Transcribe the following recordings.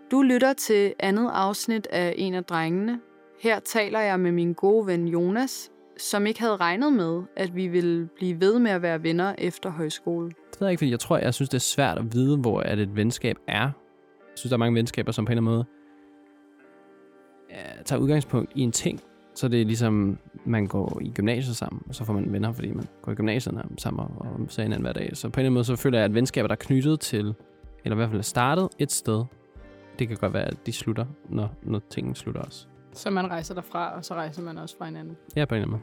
Du lytter til andet afsnit af En af drengene. Her taler jeg med min gode ven Jonas, som ikke havde regnet med, at vi ville blive ved med at være venner efter højskole. Det ved jeg ikke, fordi jeg synes, det er svært at vide, hvor et venskab er. Jeg synes, der er mange venskaber, som på en eller anden måde tager udgangspunkt i en ting. Så det er ligesom, man går i gymnasiet sammen, og så får man venner, fordi man går i gymnasiet sammen og ser hinanden hver dag. Så på en eller anden måde, så føler jeg, at venskaber, der er knyttet til, eller i hvert fald er startet et sted, det kan godt være, at de slutter, når tingene slutter også. Så man rejser derfra, og så rejser man også fra hinanden? Ja, på en eller anden måde.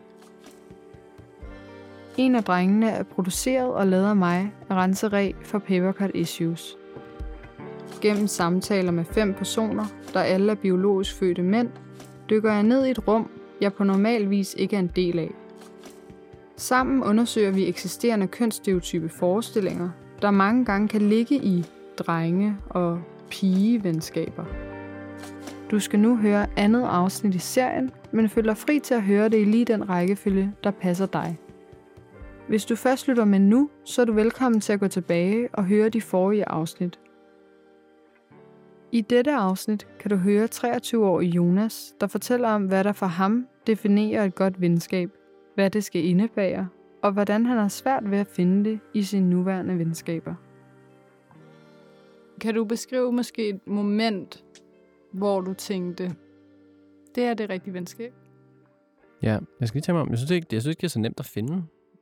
En af drengene er produceret og lavet af mig, Arantxa Ree for Papercut Issues. Gennem samtaler med 5 personer, der alle er biologisk fødte mænd, dykker jeg ned i et rum, jeg på normal vis ikke er en del af. Sammen undersøger vi eksisterende kønsstereotype forestillinger, der mange gange kan ligge i drenge- og pigevenskaber. Du skal nu høre andet afsnit i serien, men føl dig fri til at høre det i lige den rækkefølge, der passer dig. Hvis du først lytter med nu, så er du velkommen til at gå tilbage og høre de forrige afsnit. I dette afsnit kan du høre 23-årige Jonas, der fortæller om, hvad der for ham definerer et godt venskab, hvad det skal indebære, og hvordan han har svært ved at finde det i sine nuværende venskaber. Kan du beskrive måske et moment, hvor du tænkte, det er det rigtige venskab? Ja, jeg skal lige tage mig om. Jeg synes ikke, det er så nemt at finde.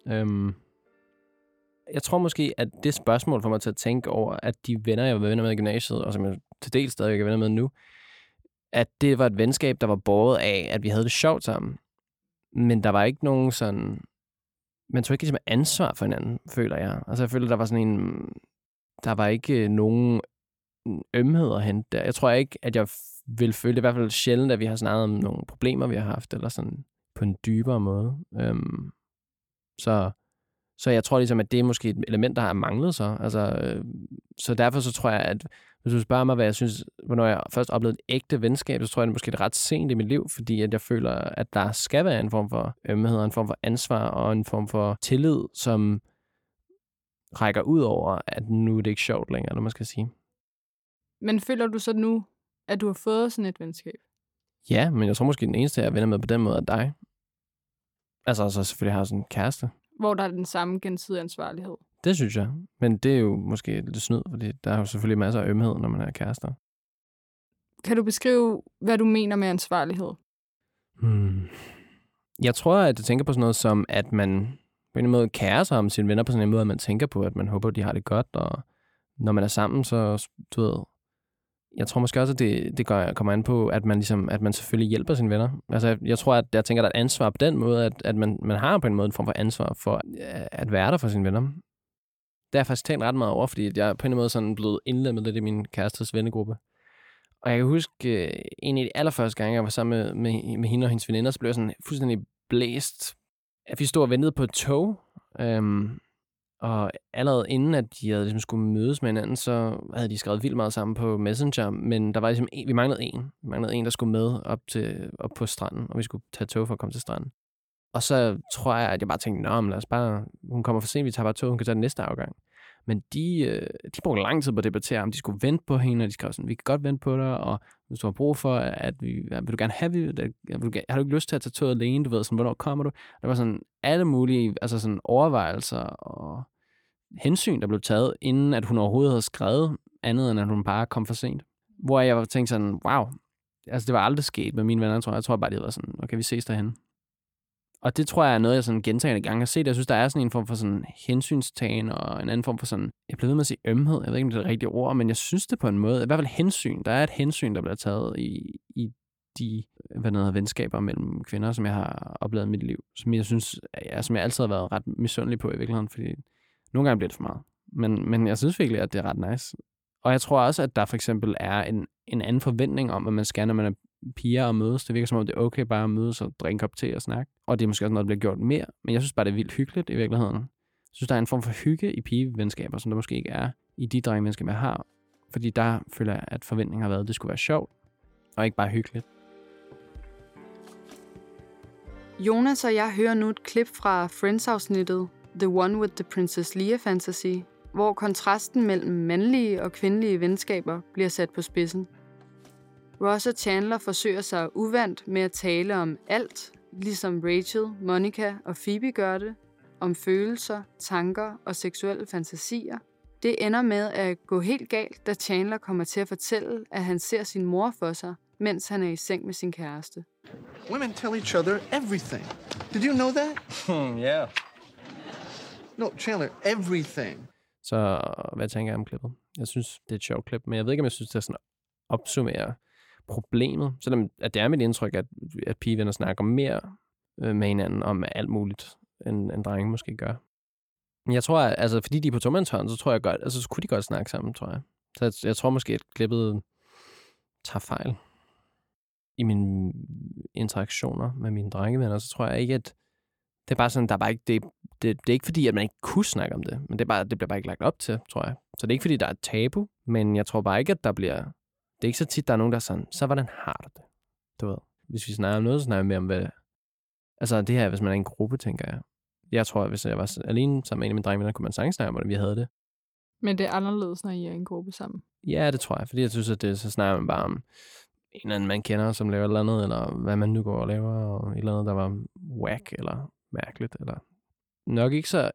Jeg tror måske, at det spørgsmål får mig til at tænke over, at de venner, jeg var venner med i gymnasiet, og som jeg til dels stadig er venner med nu, at det var et venskab, der var båret af, at vi havde det sjovt sammen. Men der var ikke nogen sådan... Man tog ikke ligesom ansvar for hinanden, føler jeg. Altså jeg føler, der var sådan en... Der var ikke nogen ømhed at hente der. Jeg tror ikke, at jeg vil føle det i hvert fald sjældent, at vi har snakket om nogle problemer, vi har haft, eller sådan på en dybere måde. Så jeg tror ligesom, at det er måske et element, der har manglet så. Altså, så derfor så tror jeg, at hvis du spørger mig, hvad jeg synes, hvornår jeg først oplevede et ægte venskab, så tror jeg, det måske er ret sent i mit liv, fordi at jeg føler, at der skal være en form for ømhed, en form for ansvar og en form for tillid, som rækker ud over, at nu er det ikke sjovt længere, eller man skal sige. Men føler du så nu, at du har fået sådan et venskab? Ja, men jeg tror måske, den eneste, jeg er venner med på den måde, er dig. Altså, så selvfølgelig har jeg sådan en kæreste. Hvor der er den samme gensidige ansvarlighed. Det synes jeg. Men det er jo måske lidt snyd, fordi der er jo selvfølgelig masser af ømhed, når man er kærester. Kan du beskrive, hvad du mener med ansvarlighed? Jeg tror, at jeg tænker på sådan noget som, at man på en måde kærer sig om sine venner på sådan en måde, at man tænker på, at man håber, at de har det godt, og når man er sammen, så du ved... Jeg tror måske også, at det kommer an på, at man ligesom, at man selvfølgelig hjælper sine venner. Altså, jeg tror, at jeg tænker, at der er et ansvar på den måde, at man har på en måde en form for ansvar for at være der for sine venner. Det er jeg faktisk tænkt ret meget over, fordi jeg er på en måde sådan blevet indlemmet lidt i min kærestes vennegruppe. Og jeg kan huske, en af de allerførste gange, jeg var sammen med hende og hendes veninder, så blev jeg sådan fuldstændig blæst. At vi stod og ventede på et tog, og allerede inden, at de havde ligesom skulle mødes med hinanden, så havde de skrevet vildt meget sammen på Messenger, men der var ligesom vi manglede en. Vi manglede en, der skulle med op på stranden, og vi skulle tage tog for at komme til stranden. Og så tror jeg, at jeg bare tænkte, men lad os bare, hun kommer for sent, vi tager bare tog, hun kan tage den næste afgang. Men de brugte lang tid på at debattere, om de skulle vente på hende, og de skrev sådan, vi kan godt vente på dig, og hvis du har brug for, vil du gerne have, har du ikke lyst til at tage toget alene, du ved, sådan, hvornår kommer du? Der var sådan alle mulige, altså sådan overvejelser og hensyn, der blev taget, inden at hun overhovedet havde skrevet andet, end at hun bare kom for sent. Hvor jeg tænkte sådan, wow, altså det var aldrig sket med mine venner, tror jeg. Jeg tror bare, det var sådan, okay, vi ses derhen. Og det tror jeg er noget, jeg sådan gentagende gange har set. Jeg synes, der er sådan en form for sådan hensynstagen, og en anden form for sådan, jeg bliver ved med at sige ømhed, jeg ved ikke, om det er det rigtige ord, men jeg synes det på en måde, i hvert fald hensyn. Der er et hensyn, der bliver taget i de venskaber mellem kvinder, som jeg har oplevet i mit liv, som jeg synes, som jeg altid har været ret misundelig på i virkeligheden, fordi nogle gange bliver det for meget. Men jeg synes virkelig, at det er ret nice. Og jeg tror også, at der for eksempel er en anden forventning om, at man skal, når man er piger og mødes. Det virker som om, det er okay bare at mødes og drikke en kop te og snakke. Og det er måske også noget, der bliver gjort mere. Men jeg synes bare, det er vildt hyggeligt i virkeligheden. Jeg synes, der er en form for hygge i pigevenskaber, som der måske ikke er i de drengevenskaber, jeg har. Fordi der føler jeg, at forventningen har været, at det skulle være sjovt, og ikke bare hyggeligt. Jonas og jeg hører nu et klip fra Friends-afsnittet The One with the Princess Leia Fantasy, hvor kontrasten mellem mandlige og kvindelige venskaber bliver sat på spidsen. Ross og Chandler forsøger sig uvandt med at tale om alt, ligesom Rachel, Monica og Phoebe gør det, om følelser, tanker og seksuelle fantasier. Det ender med at gå helt galt, da Chandler kommer til at fortælle, at han ser sin mor for sig, mens han er i seng med sin kæreste. Women tell each other everything. Did you know that? Yeah. No, Chandler, everything. Så hvad tænker jeg om klippet? Jeg synes, det er et sjovt klip, men jeg ved ikke, om jeg synes, det er sådan opsummerer problemet. Selvom at det er mit indtryk, at pigevenner snakker mere med hinanden om alt muligt, end drenge måske gør. Men jeg tror, altså fordi de er på tomandshånd, så tror jeg godt, altså så kunne de godt snakke sammen, tror jeg. Så jeg tror måske, at klippet tager fejl i mine interaktioner med mine drengevenner, så tror jeg ikke, at det er bare sådan, der er bare ikke, det er ikke fordi, at man ikke kunne snakke om det, men det bliver bare ikke lagt op til, tror jeg. Så det er ikke fordi, der er et tabu, men jeg tror bare ikke, at der bliver, det er ikke så tit, der er nogen, der er sådan, så hvordan har du det? Du ved, hvis vi snakker om noget, så snakker vi mere om, hvad, altså det her, hvis man er en gruppe, tænker jeg. Jeg tror, at hvis jeg var alene sammen med en af mine drengevenner, kunne man sagtens snakke om, hvordan vi havde det. Men det er anderledes, når I er en gruppe sammen? Ja, det tror jeg, fordi jeg synes, at det, så snakker man bare om en eller anden, man kender, som laver et eller andet, eller hvad man nu går og laver, og et eller andet, der var whack, eller mærkeligt, eller nok ikke så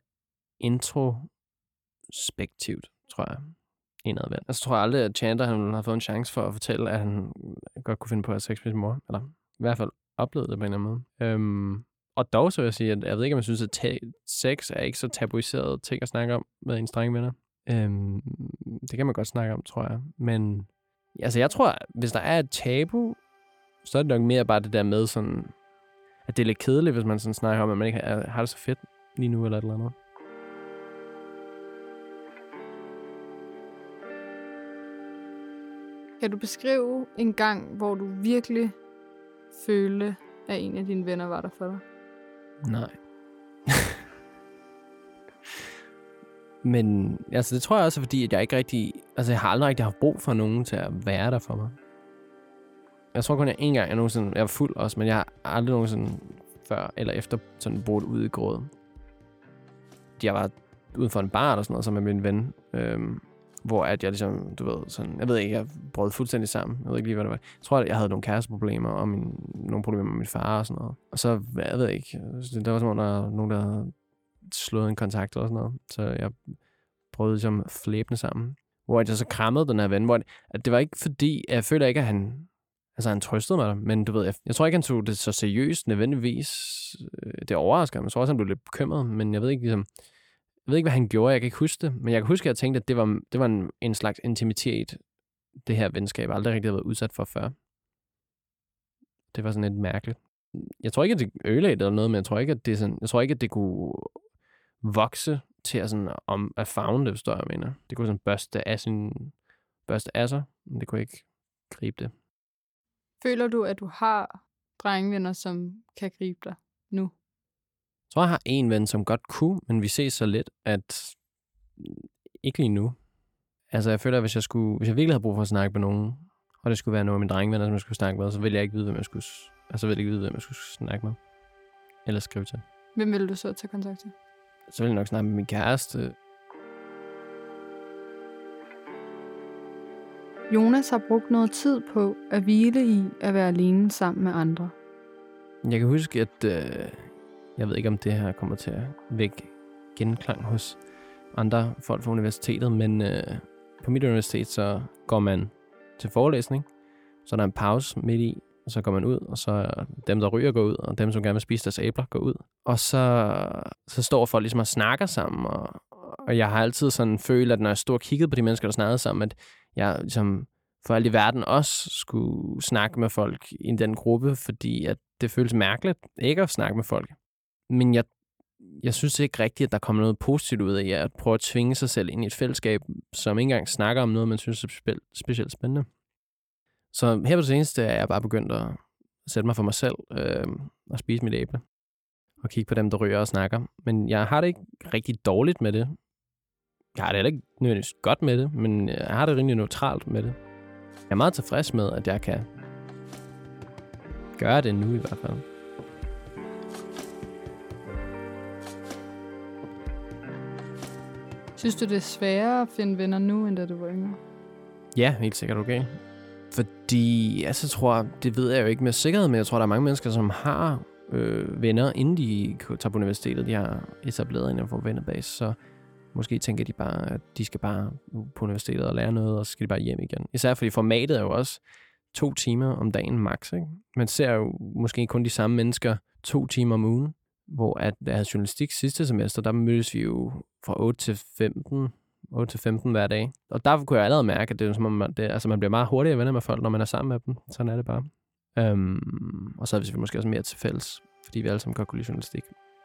introspektivt, tror jeg, indadvendt. Altså, tror jeg aldrig, at Chandler han har fået en chance for at fortælle, at han godt kunne finde på at have sex med sin mor, eller i hvert fald oplevede det på en eller anden måde. Og dog så vil jeg sige, at jeg ved ikke, om jeg synes, at sex er ikke så tabuiseret ting at snakke om med ens drengevenner. Det kan man godt snakke om, tror jeg. Men altså, jeg tror, hvis der er et tabu, så er det nok mere bare det der med sådan, at det er lidt kedeligt, hvis man sådan snakker om, at man ikke har det så fedt lige nu, eller et eller andet. Kan du beskrive en gang, hvor du virkelig følte, at en af dine venner var der for dig? Nej. Men altså, det tror jeg også, fordi at jeg ikke rigtig, altså jeg har aldrig rigtig haft brug for nogen til at være der for mig. Jeg tror kun, en gang jeg var fuld også, men jeg har aldrig nogensinde før eller efter sådan boet ude i grådet. Jeg var ude for en bar eller sådan noget, sammen med min ven, hvor at jeg ligesom, du ved, sådan, jeg ved ikke, jeg brød fuldstændig sammen. Jeg ved ikke lige, hvad det var. Jeg tror, at jeg havde nogle kæresteproblemer, og nogle problemer med min far og sådan noget. Og så, jeg ved ikke, der var som om, der var nogen, der havde slået en kontakt og sådan noget. Så jeg prøvede ligesom flæbende sammen. Hvor jeg så krammede den her ven, hvor at det var ikke fordi, jeg føler ikke, at han trøstede mig, men du ved, jeg tror ikke, han tog det så seriøst nødvendigvis. Det overrasker mig. Jeg tror også, han blev lidt bekymret, men jeg ved ikke ligesom, hvad han gjorde, jeg kan ikke huske det, men jeg kan huske, at jeg tænkte, at det var en slags intimitet, det her venskab, jeg aldrig rigtig havde været udsat for før. Det var sådan lidt mærkeligt. Jeg tror ikke, at det ødelagde det eller noget, men jeg tror ikke, at det kunne vokse til at favne det, forstår jeg, mener. Det kunne sådan børste af sig, men det kunne ikke gribe det. Føler du, at du har drengevenner, som kan gribe dig nu? Jeg tror, jeg har en ven, som godt kunne, men vi ses så lidt, at ikke lige nu. Altså, jeg føler, at hvis jeg virkelig havde brug for at snakke med nogen, og det skulle være nogle af mine drengevenner, som jeg skulle snakke med, så ville jeg ikke vide, hvem jeg skulle snakke med. Eller skrive til. Hvem ville du så tage kontakt til? Så ville jeg nok snakke med min kæreste. Jonas har brugt noget tid på at hvile i at være alene sammen med andre. Jeg kan huske, at jeg ved ikke, om det her kommer til at vække genklang hos andre folk fra universitetet, men på mit universitet, så går man til forelæsning, så er der en pause midt i, og så går man ud, og så dem, der ryger, går ud, og dem, som gerne vil spise deres æbler, går ud. Og så står folk ligesom og snakker sammen, og jeg har altid sådan følt, at når jeg stod og kiggede på de mennesker, der snakkede sammen, at jeg ligesom for alt i verden også skulle snakke med folk i den gruppe, fordi at det føles mærkeligt ikke at snakke med folk. Men jeg synes ikke rigtigt, at der kommer noget positivt ud af at prøve at tvinge sig selv ind i et fællesskab, som ikke engang snakker om noget, man synes er specielt spændende. Så her på det seneste er jeg bare begyndt at sætte mig for mig selv og spise mit æble. Og kigge på dem, der ryger og snakker. Men jeg har det ikke rigtig dårligt med det. Jeg har det heller ikke nødvendigvis godt med det, men jeg har det rimelig neutralt med det. Jeg er meget tilfreds med, at jeg kan gøre det nu i hvert fald. Synes du, det er sværere at finde venner nu, end da du var yngre? Ja, helt sikkert okay. Fordi Fordi, altså tror jeg, det ved jeg jo ikke med sikkerhed, men jeg tror, der er mange mennesker, som har venner, inden de tager på universitetet. De har etableret en for vennerbase, så måske tænker de bare, at de skal bare på universitetet og lære noget, og så skal de bare hjem igen. Især fordi formatet er jo også 2 timer om dagen max, ikke? Man ser jo måske kun de samme mennesker 2 timer om ugen, hvor at jeg havde journalistik sidste semester, der mødtes vi jo fra 8 til 15 hver dag. Og der kunne jeg allerede mærke, at det er som om, man bliver meget hurtigere venner med folk, når man er sammen med dem. Sådan er det bare. Og så havde vi måske også mere til fælles, fordi vi alle sammen godt kunne lide journalistik.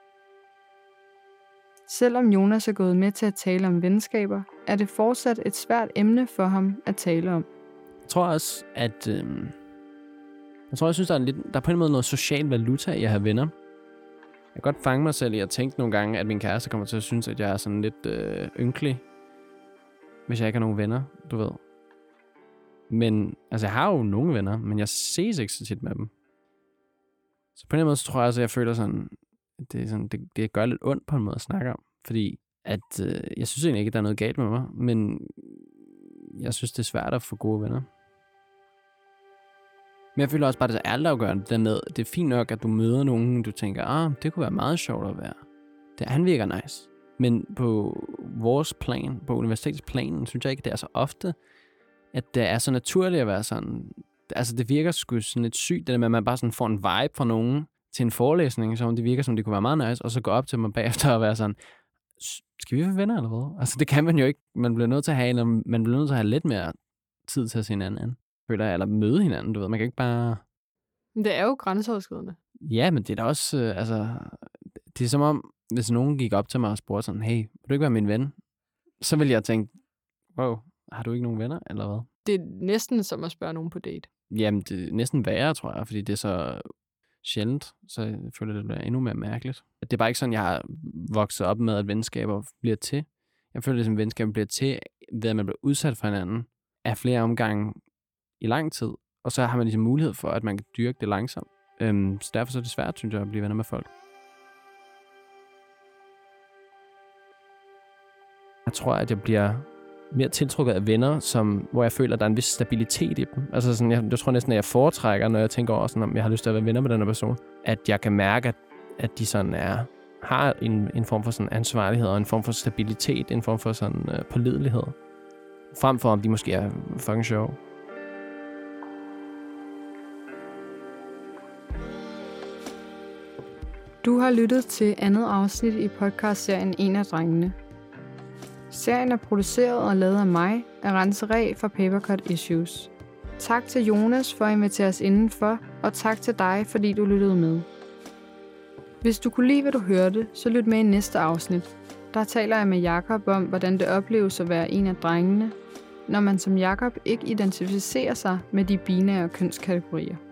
Selvom Jonas er gået med til at tale om venskaber, er det fortsat et svært emne for ham at tale om. Jeg tror også, at jeg synes, der er på en måde noget social valuta i at have venner. Jeg kan godt fange mig selv i at tænke nogle gange, at min kæreste kommer til at synes, at jeg er sådan lidt ynkelig, hvis jeg ikke har nogen venner, du ved. Men, altså jeg har jo nogle venner, men jeg ses ikke så tit med dem. Så på en måde, så tror jeg også, at jeg føler sådan, det gør lidt ondt på en måde at snakke om. Fordi, at jeg synes egentlig ikke, at der er noget galt med mig, men jeg synes, det er svært at få gode venner. Men jeg føler også bare, det er altafgørende, det der med, det er fint nok, at du møder nogen, du tænker, det kunne være meget sjovt at være. Han virker nice. Men på vores plan, på universitetsplanen, synes jeg ikke, det er så ofte, at det er så naturligt at være sådan. Altså, det virker sgu sådan lidt sygt, det der med, at man bare sådan får en vibe fra nogen til en forelæsning, så det virker som, det kunne være meget nice, og så gå op til mig bagefter og være sådan, skal vi være venner eller hvad? Altså, det kan man jo ikke. Man bliver nødt til at have lidt mere tid til at se hinanden. Eller møde hinanden, du ved. Man kan ikke bare... Det er jo grænseoverskridende. Ja, men det er da også, det er som om, hvis nogen gik op til mig og spurgte sådan, hey, vil du ikke være min ven? Så ville jeg tænke, wow, har du ikke nogen venner, eller hvad? Det er næsten som at spørge nogen på date. Jamen, det er næsten værre, tror jeg, fordi det er så sjældent, så jeg føler, det bliver endnu mere mærkeligt. Det er bare ikke sådan, jeg har vokset op med, at venskaber bliver til. Jeg føler, det som venskaber bliver til, ved at man bliver udsat for hinanden af flere omgange i lang tid, og så har man ligesom mulighed for, at man kan dyrke det langsomt. Så derfor så er det svært, synes jeg, at blive venner med folk. Jeg tror, at jeg bliver mere tiltrukket af venner, hvor jeg føler, at der er en vis stabilitet i dem. Altså sådan, jeg tror næsten, at jeg foretrækker, når jeg tænker over, sådan, om jeg har lyst til at være venner med den her person, at jeg kan mærke, at de sådan har en form for sådan ansvarlighed, og en form for stabilitet, en form for sådan pålidelighed. Frem for, om de måske er fucking sjove. Du har lyttet til andet afsnit i podcastserien En af drengene. Serien er produceret og lavet af mig, Arantxa Ree fra Papercut Issues. Tak til Jonas for at invitere os indenfor, og tak til dig, fordi du lyttede med. Hvis du kunne lide, hvad du hørte, så lyt med i næste afsnit. Der taler jeg med Jakob om, hvordan det opleves at være en af drengene, når man som Jakob ikke identificerer sig med de binære kønskategorier.